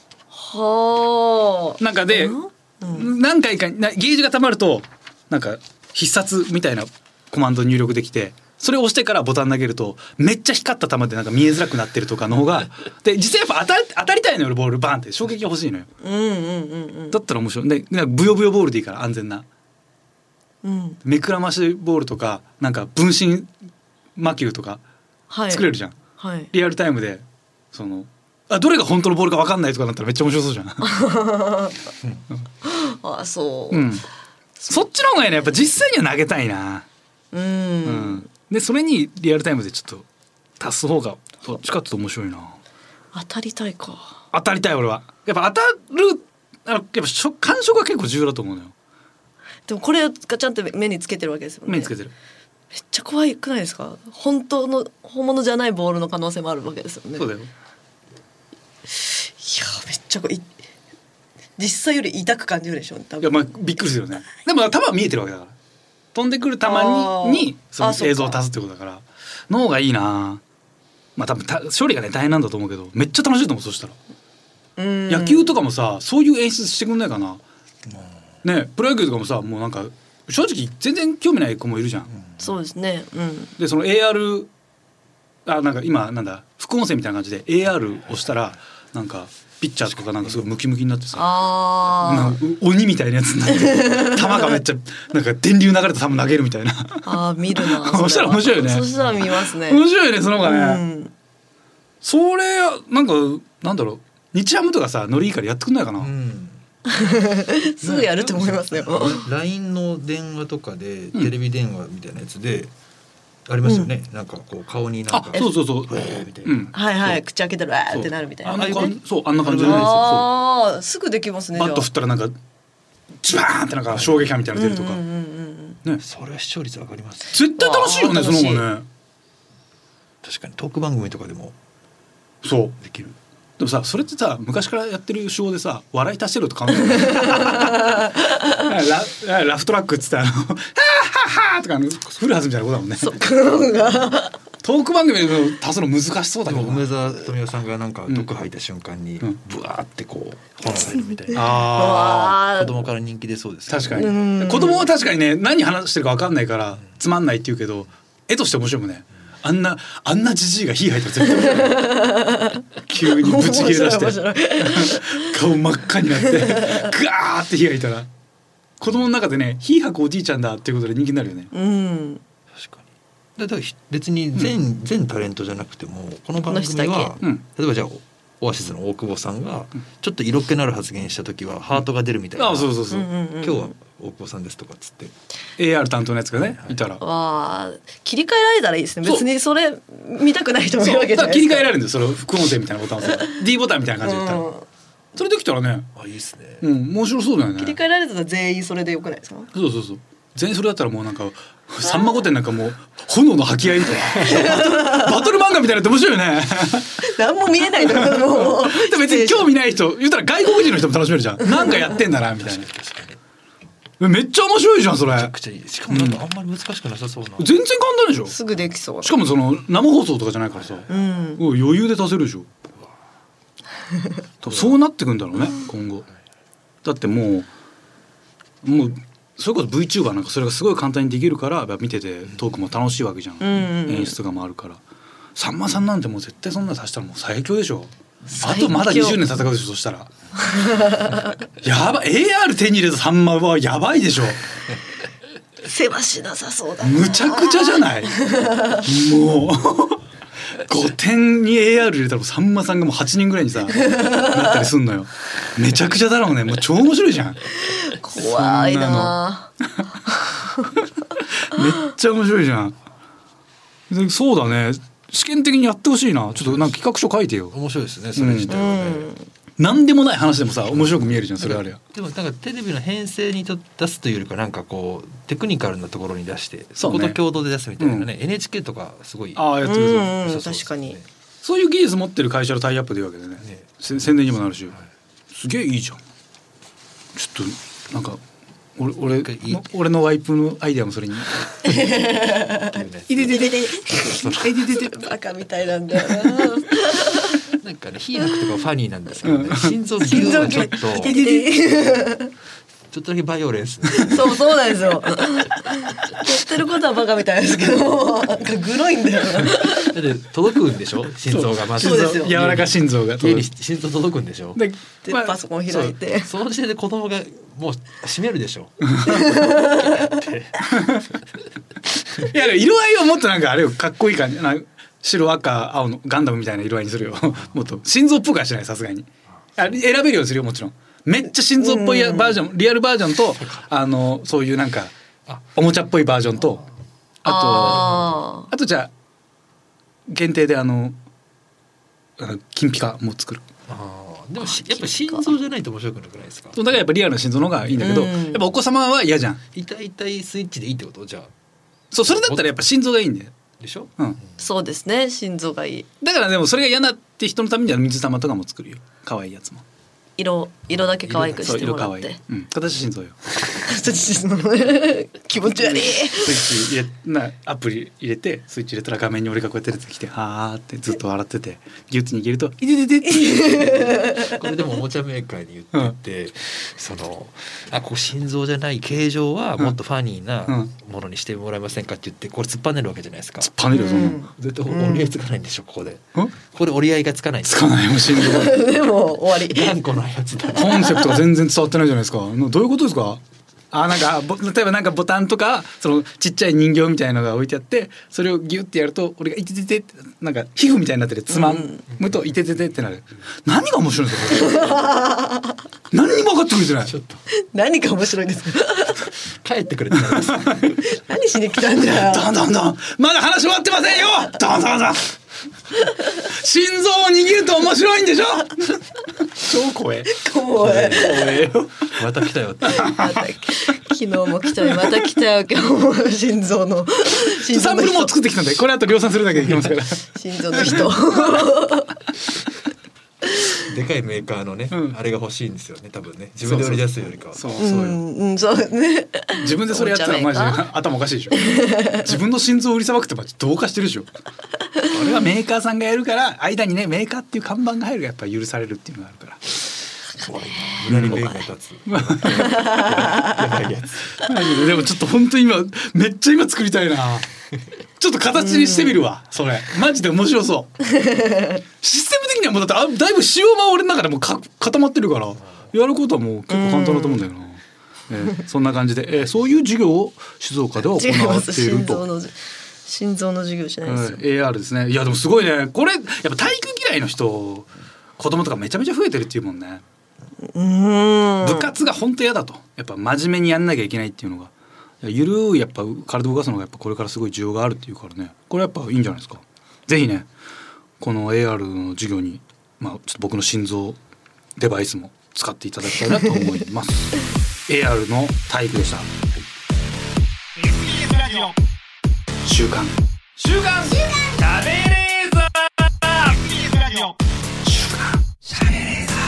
はあ。なんかで、何回かゲージが溜まるとなんか必殺みたいなコマンド入力できて、それを押してからボタン投げるとめっちゃ光った球でなんか見えづらくなってるとかの方がで、実際やっぱ当たりたいのよ、ボールバーンって衝撃が欲しいのよ。だったら面白い。でブヨブヨボールでいいから安全な、目くらましボールとかなんか分身魔球とか作れるじゃん、リアルタイムでそのどれが本当のボールか分かんないとかなったらめっちゃ面白そうじゃん。 あ、そう、 そっちの方がいいね。やっぱ実際には投げたいな。でそれにリアルタイムでちょっと足す方がどっちかっていうと面白いな。 当たりたいか。 当たりたい。俺はやっぱ当たる、やっぱ感触が結構重要だと思うのよ。 でもこれがちゃんと目につけてるわけですよね。 目につけてる。 めっちゃ怖くないですか。本物じゃないボールの可能性もあるわけですよね。 そうだよ。いやめっちゃ実際より痛く感じるでしょ多分。 いやまあびっくりするよね。でも球は見えてるわけだから、飛んでくる球にその映像を足すってことだからの方がいいな。まあ多分処理がね大変なんだと思うけどめっちゃ楽しいと思う。そしたら野球とかもさそういう演出してくんないかな。ね、プロ野球とかもさ、もうなんか正直全然興味ない子もいるじゃん。 そうですね、 でその AR なんか今なんだ副音声みたいな感じで AR をしたらなんかピッチャーとかがなんかすごいムキムキになってさ、なんか鬼みたいなやつになって球がめっちゃなんか電流流れた球投げるみたいな。 見るな。 そしたら面白いよね。 そしたら見ますね。 面白いよねその方がね。それなんかなんだろう、日ハムとかさノリいいからやってくんないかな。 すぐやると思いますよ。 LINE の電話とかでテレビ電話みたいなやつでありますよね、なんかこう顔になんかそうみたいな、 はいはい、口開けたらってなるみたいな。 そうあんな感じじゃないですよ。 すぐできますね。 バット振ったらなんかジバーンってなんか衝撃波みたいなの出るとかね。それは視聴率上がります。 絶対楽しいよねその方がね。 確かにトーク番組とかでもそうできる。 でもさそれってさ昔からやってる手法でさ笑い足してると考えるラフトラックっつってはははとかフルハズみたいなことだもんね。トーク番組で足すの難しそうだけど、 梅沢富美男さんがなんか毒吐いた瞬間にブワーってこう炎が入るみたいな。子供から人気出そうです、ね、 確かに子供は確かにね何話してるか分かんないからつまんないって言うけど絵として面白いもんね。あんなジジイが火吐いたら絶対面白い。急にブチ切れ出して顔真っ赤になってガーって火吐いたら子供の中でね火吐くおじいちゃんだっていうことで人気になるよね。 確かに。だから別に全タレントじゃなくてもこの番組は例えばじゃあオアシスの大久保さんがちょっと色気のある発言した時はハートが出るみたいな。 そう今日は大久保さんですとかっつって AR 担当のやつがねいたら切り替えられたらいいですね。別にそれ見たくない人もいるわけじゃないですか。 切り替えられるんですよ。それ副音声みたいなボタンをD ボタンみたいな感じで言ったらそれできたらねいいですね。 面白そうだよね。 切り替えられたら全員それでよくないですか。 そう全員それだったらもうなんかさんま御殿なんかもう炎の吐き合いとかバトル漫画みたいなって面白いよね。 何も見えないのもうで別に興味ない人言ったら外国人の人も楽しめるじゃん。なんかやってんだなみたいな。めっちゃ面白いじゃんそれ。めちゃくちゃいい。しかもなんかあんまり難しくなさそうな。全然簡単でしょ。 すぐできそう。 しかもその生放送とかじゃないからさ、余裕で足せるでしょ。そうなってくんだろうね今後。だってもうそれこそ VTuber なんかそれがすごい簡単にできるから見ててトークも楽しいわけじゃん、演出とかもあるから。さんまさんなんてもう絶対そんなの足したらもう最強でしょ。あとまだ20年戦うでしょそしたら。やばい AR 手に入れたさんまはやばいでしょ。 せわしなさそうだな。 むちゃくちゃじゃないもう5点に AR 入れたらさんまさんがもう8人ぐらいにさなったりすんのよ。めちゃくちゃだろうね。もう超面白いじゃん。 怖いなめっちゃ面白いじゃん。そうだね、試験的にやってほしいな。ちょっとなんか企画書書いてよ。 面白いですねそれ自体はね、 なんでもない話でもさ面白く見えるじゃんそれあれや。 でもなんかテレビの編成に出すというよりかなんかこうテクニカルなところに出してそこと共同で出すみたいなね、NHK とかすごいやってる確かにそういう技術持ってる会社のタイアップでいうわけでね、宣伝にもなるし、すげえいいじゃん。ちょっとなんか俺のワイプのアイデアもそれにいででででバカみたいなんだよな。 なんかねヒーハクとかファニーなんですけどね、心臓ギューはちょっとちょっとだけバイオレンスそうなんですよ。やってることはバカみたいですけどなんかグロいんだよな。 だって届くんでしょ心臓がまず。 そうですよ。 柔らか心臓が家に心臓届くんでしょ。 でパソコン開いてその時点で子供がもう閉めるでしょ。 いや色合いはもっとなんかあれよかっこいい感じな。白赤青のガンダムみたいな色合いにするよ。もっと心臓っぽくはしないさすがに。選べるようにするよもちろん。めっちゃ心臓っぽいバージョンリアルバージョンとそういうなんかおもちゃっぽいバージョンとあとじゃあ限定で金ピカも作る。 でもやっぱ心臓じゃないと面白くなくないですか。 だからやっぱリアルな心臓の方がいいんだけど、やっぱお子様は嫌じゃん。 痛いスイッチでいいってことじゃあ。 そうそれだったらやっぱ心臓がいいんだよ。 でしょ、 そうですね心臓がいい。 だからでもそれが嫌なって人のためには水玉とかも作るよ。可愛いやつも。 色だけ可愛くしてもらって。 形心臓よ。 気持ち悪い。 スイッチアプリ入れてスイッチ入れたら画面に俺がこうやって出てきてはーってずっと笑っててギュッて握るといでででこれでもおもちゃメーカーに言ってて、ここ心臓じゃない形状はもっとファニーなものにしてもらえませんかって言ってこれ突っぱねるわけじゃないですか。 突っぱねるよそんな。 絶対折り合いつかないんでしょここで。ここで折り合いがつかない。 つかないもん心臓。 でも終わり。 頑固なやつだ。 コンセプトが全然伝わってないじゃないですか。どういうことですか。なんか例えばなんかボタンとかそのちっちゃい人形みたいなのが置いてあってそれをギュッてやると俺がいてててってなんか皮膚みたいになってるつまむといてててってなる。何が面白いんですかこれ。何にも分かってくれてない。ちょっと何が面白いんですか。 帰ってくれてないです。 何しに来たんだよ。 どんまだ話終わってませんよ。どん心臓を握ると面白いんでしょ。超怖えよ。 また来たよって。 昨日も来たよまた来たよ今日も心臓のサンプルも作ってきたんでこれあと量産するだけでいきますから。 心臓の人。 でかいメーカーのね、あれが欲しいんですよね多分ね。自分で売り出すよりかは。 そうね。自分でそれやったらマジで頭おかしいでしょ。自分の心臓を売りさばくってどうかしてるでしょ。これはメーカーさんがやるから間にねメーカーっていう看板が入るがやっぱ許されるっていうのがあるから。 無駄に弁が立つ。 でもちょっと本当にめっちゃ今作りたいな。ちょっと形にしてみるわそれマジで面白そう。システム的にはもうだってだいぶ仕様が俺の中でも固まってるからやることはもう結構簡単だと思うんだよな。そんな感じで、そういう授業を静岡では行われていると。 心臓の授業じゃないですよ、 AR ですね。いやでもすごいねこれやっぱ体育嫌いの人子供とかめちゃめちゃ増えてるっていうもんね。部活が本当嫌だとやっぱ真面目にやんなきゃいけないっていうのがゆるいやっぱ体を動かすのがやっぱこれからすごい需要があるっていうからねこれやっぱいいんじゃないですか。ぜひねこの AR の授業にちょっと僕の心臓デバイスも使っていただきたいなと思います。AR の体育でした。 SBS ラジオ週刊しゃべれーザー SBS ラジオ週刊しゃべれーザー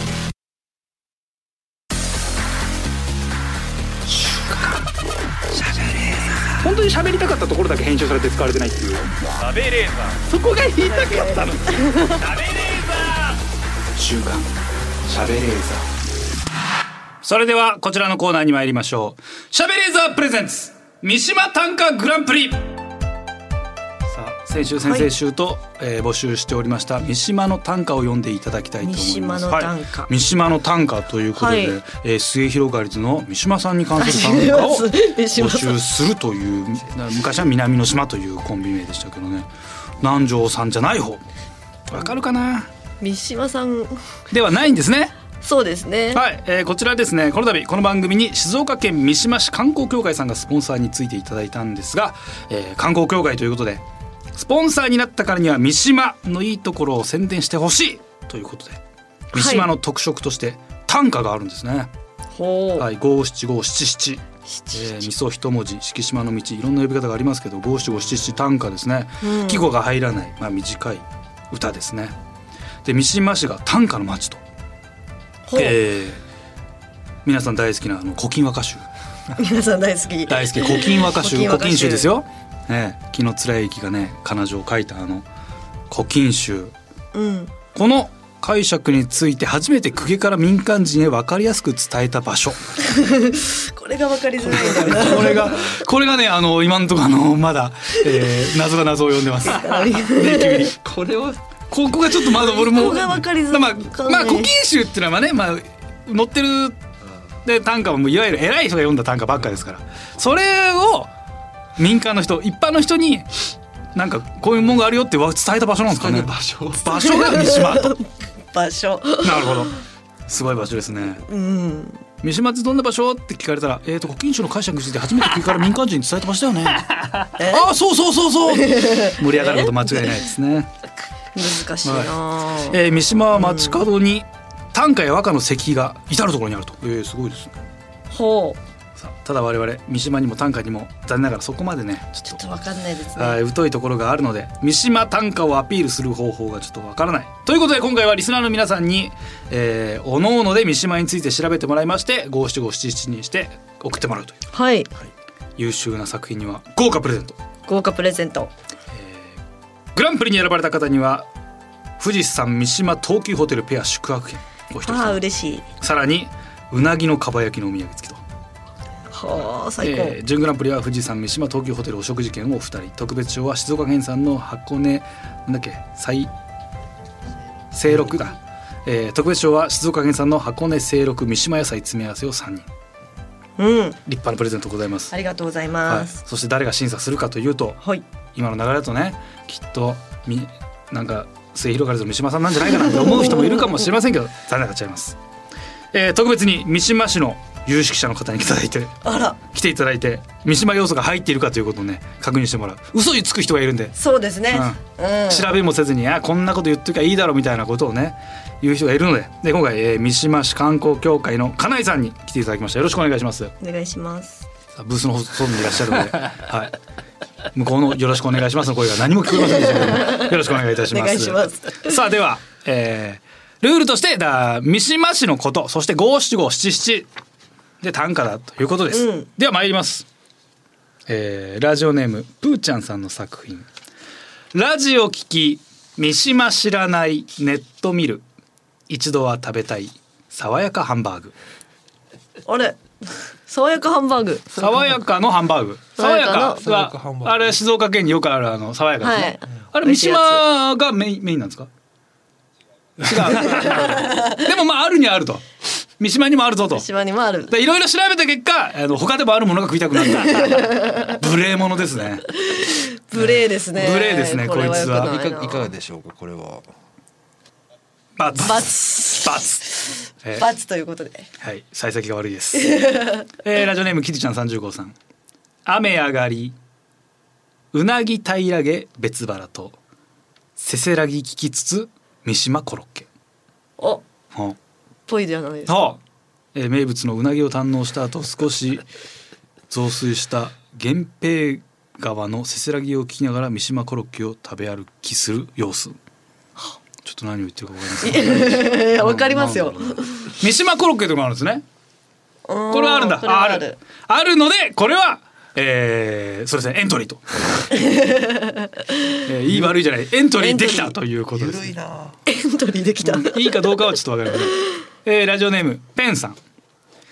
本当に喋りたかったところだけ編集されて使われてないっていう。 しゃべれーザーそこが言いたかったの。 しゃべれーザ週刊しゃべれーザー。それではこちらのコーナーに参りましょう。しゃべれーザープレゼンツ三島短歌グランプリ。さあ先週先々週と、募集しておりました三島の短歌を読んでいただきたいと思います。 三島の短歌、 三島の短歌ということで、末広がりずの三島さんに関する短歌を募集するという昔は南の島というコンビ名でしたけどね、南條さんじゃない方わかるかな。 三島さんではないんですね。 そうですね。 はい、こちらですね、この度この番組に静岡県三島市観光協会さんがスポンサーについていただいたんですが、観光協会ということでスポンサーになったからには三島のいいところを宣伝してほしいということで、三島の特色として短歌があるんですね。はい、五七五七七、味噌一文字、敷島の道、いろんな呼び方がありますけど、五七五七七短歌ですね、季語が入らない、短い歌ですね。で三島市が短歌の町と、皆さん大好きな古今和歌集皆さん大好き古今和歌集、古今集ですよ、紀貫之がね彼女を書いた古今集、この解釈について初めて公家から民間人へ分かりやすく伝えた場所これが分かりづらいんだなこれがね今のところまだ、謎が謎を呼んでますこれはここがちょっとまだ俺もここが分かりづらい、 古今集っていうのはね、載ってるで短歌もいわゆる偉い人が読んだ短歌ばっかですから、それを民間の人、一般の人になんかこういうものがあるよって伝えた場所なんですかね。場所が三島と場所なるほど、すごい場所ですね。三島ってどんな場所って聞かれたら、古今集の解釈について初めて国から民間人に伝えた場所だよねああそう盛り上がること間違いないですね難しいな、 三島は街角に短歌や和歌の石碑が至る所にあると、すごいですね。ただ我々三島にも短歌にも残念ながらそこまでねちょっと分かんないですね。 疎いところがあるので、三島短歌をアピールする方法がちょっと分からないということで、今回はリスナーの皆さんに、おのおので三島について調べてもらいまして、五七五七七にして送ってもらうという、優秀な作品には豪華プレゼント、グランプリに選ばれた方には富士山三島東急ホテルペア宿泊券お一人様、 嬉しい。 さらにうなぎのかば焼きのお土産付きと、 最高。 準グランプリは富士山三島東急ホテルお食事券をお二人、特別賞は静岡県産の箱根清六だ、特別賞は静岡県産の箱根清六三島野菜詰め合わせを3人、立派なプレゼントございます。 ありがとうございます、 そして誰が審査するかというと、今の流れだとね、きっとなんか末広がりずの三島さんなんじゃないかなって思う人もいるかもしれませんけど残念なっちゃいます。特別に三島市の有識者の方に来ていただいて三島要素が入っているかということをね確認してもらう。嘘につく人がいるんで、 そうですね、 調べもせずにこんなこと言ってるからいいだろうみたいなことをね言う人がいるので、今回、三島市観光協会の金井さんに来ていただきました。よろしくお願いします。 お願いします。 ブースの外にいらっしゃるので、向こうのよろしくお願いしますの声が何も聞こえませんでしたけどよろしくお願いいたします。 お願いします。 さあでは、ルールとして三島市のこと、そして五七五七七で短歌だということです、では参ります、ラジオネームプーちゃんさんの作品、ラジオ聞き三島知らないネット見る一度は食べたい爽やかハンバーグ。 あれ爽やかハンバーグ、 爽やかのハンバーグ、爽やかはあれ静岡県によくある爽やかですね、あれ三島がメインなんですか。違うでもあるにはあると、三島にもあるぞと、 三島にもある。 いろいろ調べた結果他でもあるものが食いたくなった無礼者ですね。 無礼ですね。 無礼ですね、こいつは。 いかがでしょうか。これはバツということで、 幸先が悪いですラジオネームキティちゃん35さん、雨上がりうなぎ平らげ別腹とせせらぎ聞きつつ三島コロッケ。 ぽいではないですか。 名物のうなぎを堪能した後、少し増水した源平川のせせらぎを聞きながら三島コロッケを食べ歩きする様子。ちょっと何を言ってるか分かりません。 わかりますよ。 三島コロッケとかあるんですね。これはあるんだ。あるのでこれは、そうですね、エントリーと、いい悪いじゃない、エントリーできたということです。 エントリーできた、 いいかどうかはちょっと分かりません。ラジオネームペンさん、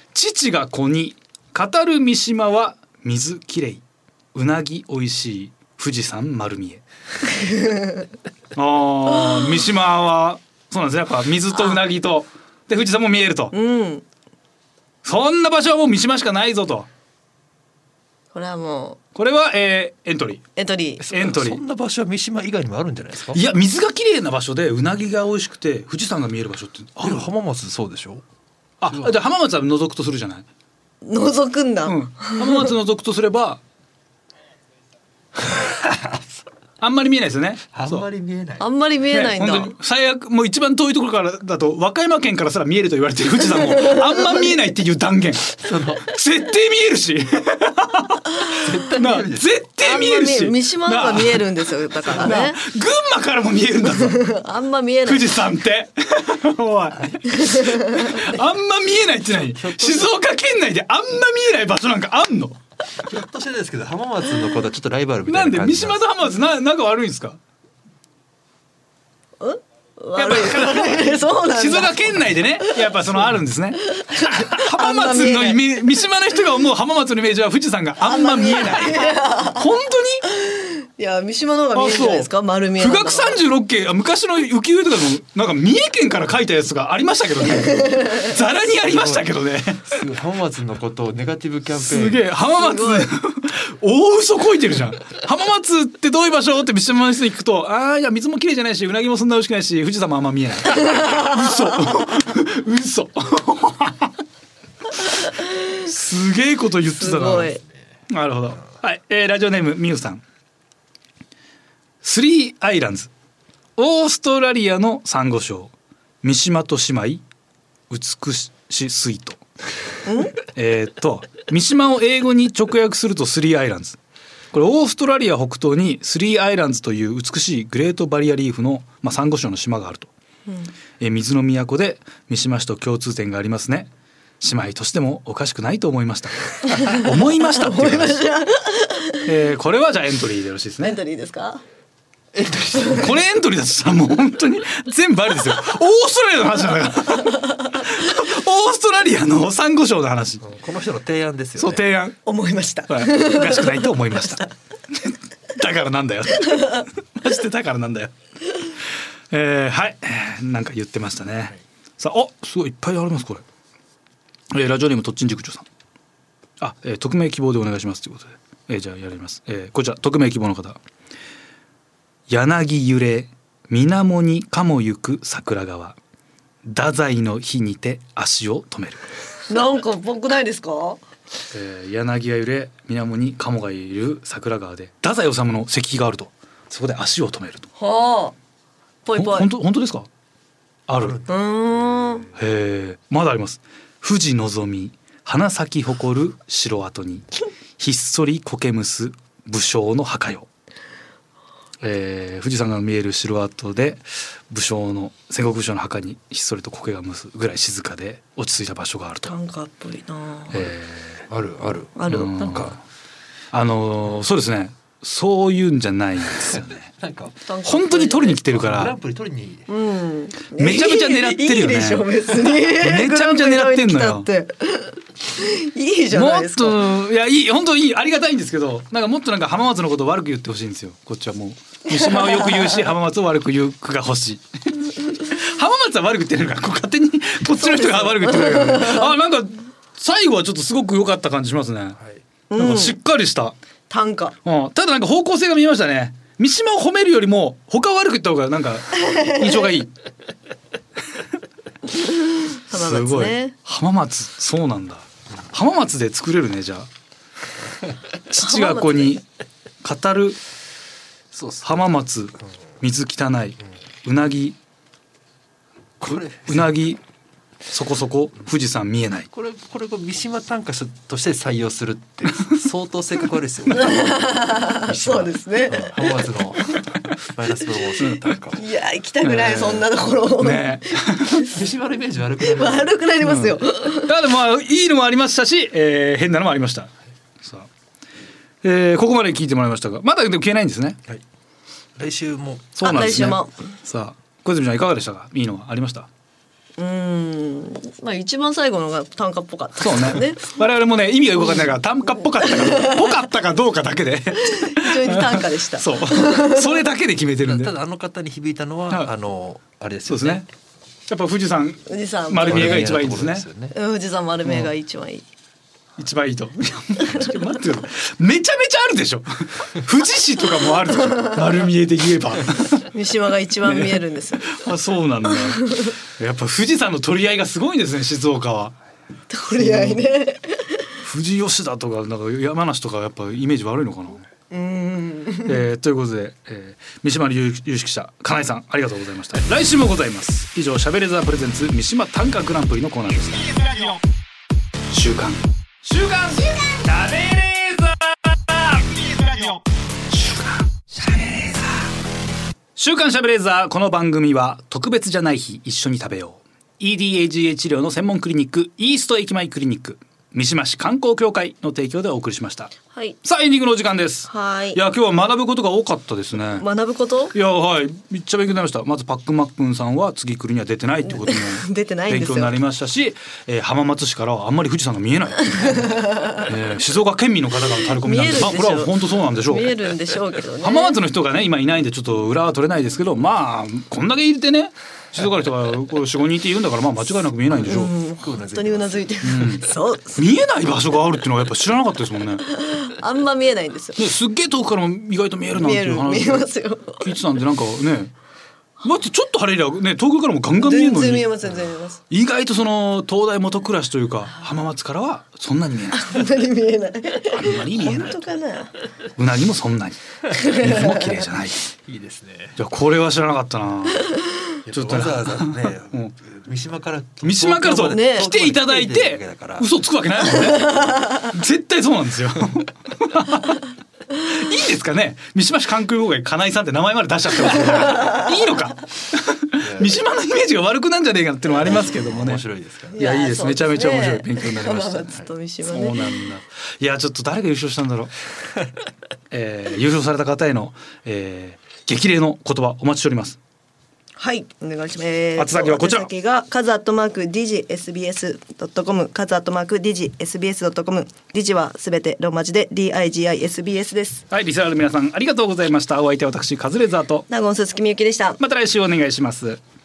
父が子に語る三島は水きれい、うなぎおいしい、 富士山丸見えあ三島はそうなんですね、やっぱ水とうなぎとで富士山も見えると、そんな場所はもう三島しかないぞと。 これはもうこれは、エントリーそんな場所は三島以外にもあるんじゃないですか。 いや水がきれいな場所でうなぎが美味しくて富士山が見える場所ってある。 浜松そうでしょ。 あ、じゃあ浜松は除くとするじゃない。 覗くんだ、 浜松除くとすればあんまり見えないですよね。 あんまり見えない。 あんまり見えないんだ、 ね、本当に最悪もう一番遠いところからだと和歌山県からすら見えると言われてる富士山もあんま見えないっていう断言絶対見えるし絶対見えるし三島の方が見えるんですよだからね群馬からも見えるんだぞあんま見えない富士山っておいあんま見えないって何静岡県内であんま見えない場所なんかあんの。 ひょっとしてですけど浜松の子とちょっとライバルみたいな感じなんで三島と浜松なんか悪いんですか。 悪いそうなんだ。 静岡県内でねやっぱそのあるんですね浜松のイメージ、三島の人が思う浜松のイメージは富士山があんま見えない本当に。 いや三島の方が見えるじゃないですか。丸見え。 富岳36景昔の浮世絵とかでもなんか三重県から書いたやつがありましたけどねざらにありましたけどねすごい浜松のことをネガティブキャンペーンすげえ浜松大嘘こいてるじゃん浜松ってどういう場所って三島の人に聞くといや水も綺麗じゃないしうなぎもそんな美味しくないし富士山もあんま見えない嘘すげえこと言ってたな。 すごい。 なるほど。はい、ラジオネームみゆさん。スリーアイランズオーストラリアのサンゴ礁三島と姉妹美しスイート三島を英語に直訳するとスリーアイランズ。これオーストラリア北東にスリーアイランズという美しいグレートバリアリーフの、サンゴ礁の島があると、水の都で三島市と共通点がありますね。姉妹としてもおかしくないと思いました思いましたっていう話これはじゃあエントリーでよろしいですね。 エントリーですか。 これエントリーだとしたらもう本当に全部ありですよ。オーストラリアの話なんだからオーストラリアのサンゴ礁の話。 この人の提案ですよね。 そう提案思いました。 おかしくないと思いましただからなんだよマジでだからなんだよ。はいなんか言ってましたね。さあすごいいっぱいありますこれ。ラジオネームとっちん塾長さん。匿名希望でお願いしますということで、じゃあやります。こちら匿名希望の方。柳揺れ水面に鴨行く桜川太宰の日にて足を止める。 なんか僕ないですか。 柳が揺れ水面に鴨がいる桜川で太宰治の石碑があるとそこで足を止めると。 はあ。ぽいぽい。 本当ですか。ある。まだあります。富士のぞみ花咲き誇る城跡にひっそり苔むす武将の墓よ。富士山が見える城跡で武将の戦国武将の墓にひっそりと苔がむすぐらい静かで落ち着いた場所があると。 短歌っぽいな。 ある。 なんかそうですね。そういうんじゃないんですよねなんか本当に取りに来てるかグラらンプリ取りにめちゃめちゃ狙ってるよね。 いいでしょ別にめちゃめちゃ狙ってんのよ。 いいじゃないですか。 もっといやいい本当いいありがたいんですけどなんかもっとなんか浜松のことを悪く言ってほしいんですよ。こっちはもう三島をよく言うし浜松を悪く言う句が欲しい浜松は悪く言ってるからこう勝手にこっちの人が悪く言ってるからなんか最後はちょっとすごく良かった感じしますね、なんかしっかりした短歌、 ただなんか方向性が見えましたね。三島を褒めるよりも他を悪く言った方がなんか印象がいい浜松ね。 すごい浜松そうなんだ。浜松で作れるねじゃあ父が子に語る浜松水汚いうなぎうなぎそこそこ富士山見えない。 これ三島短歌として採用するって相当性格悪いですよねそうですね。 浜松のマイナスプロモーション短歌いや行きたくない、そんなところね三島のイメージ悪くなります。 悪くなりますよ、 だからまあいいのもありましたし、変なのもありました。さあ、ここまで聞いてもらいましたがまだでも消えないんですね。 はい、来週もそうなんですね。 来週もさあ小泉ちゃんいかがでしたか。いいのはありました。 まあ一番最後のが短歌っぽかったそうね我々もね意味がよくわかんないから短歌っぽかったかどうかだけで非常に短歌でしたそうそれだけで決めてるんでただあの方に響いたのは、 はいあれですよね。 そうですねやっぱ富士山丸見えが一番いいですね。 富士山丸見えが一番いい、 一番いいと。いや待ってください。めちゃめちゃあるでしょ。富士市とかもあるでしょ。丸見えで言えば。 三島が一番見えるんですよ。 あ、そうなんだ。やっぱ富士山の取り合いがすごいんですね、静岡は。 取り合いね。 富士吉田とかなんか山梨とかやっぱイメージ悪いのかな。ということで、三島有識者金井さんありがとうございました。来週もございます。以上しゃべれザープレゼンツ三島短歌グランプリのコーナーでした。週刊しゃべれーザ週刊しゃべれーザー。この番組は特別じゃない日一緒に食べよう EDAGA 治療の専門クリニックイースト駅前クリニック三島市観光協会の提供でお送りしました。 はい。 さあエンディングのお時間です。 はい。 いや今日は学ぶことが多かったですね。 学ぶこと？ いやはいめっちゃ勉強になりました。まずパックンマックンさんは次来るには出てないってことも出てないんですよ。 勉強になりましたし、浜松市からはあんまり富士山が見えない、静岡県民の方がタレコミなんで、まあこれは本当そうなんでしょう。 見えるんでしょうけどね。 浜松の人がね今いないんでちょっと裏は取れないですけど、まあこんだけ入れてね静岡の人が4、5人って言うんだからまあ間違いなく見えないんでしょう。 本当にうなずいてる、そう見えない場所があるっていうのはやっぱ知らなかったですもんね。 あんま見えないんですよ。 すっげえ遠くからも意外と見えるなんていう話見えますよ。 聞いてたんでなんかね待ってちょっと晴れりゃね東京からもガンガン見えるのに全然見えます全然見えます。 意外とその東大元暮らしというか浜松からはそんなに見えない。 そんなに見えない。 あんまり見えない。 本当かな。 うなぎもそんなに水も綺麗じゃない。 いいですね。 いやこれは知らなかったな。 ちょっとわざわざね、三島からそう、ね、来ていただいて嘘つくわけないもんね。絶対そうなんですよ。いいですかね三島市観光協会金井さんって名前まで出しちゃってますけどいいのか三島のイメージが悪くなんじゃねえかっていうのもありますけどもね。 面白いですかね。 いやいいです、めちゃめちゃ面白い勉強になりました。 浜松と三島ね。 そうなんだ。いやちょっと誰が優勝したんだろう。優勝された方への、激励の言葉お待ちしております。 はい、お願いします。 宛先はこちら。 宛先がカズ@digisbs.com、カズ@digisbs.com、ディジはすべてローマ字で DIGISBS です。 はい、リスナーの皆さんありがとうございました。お相手は私カズレーザーと納言鈴木みゆきでした。 また来週お願いします。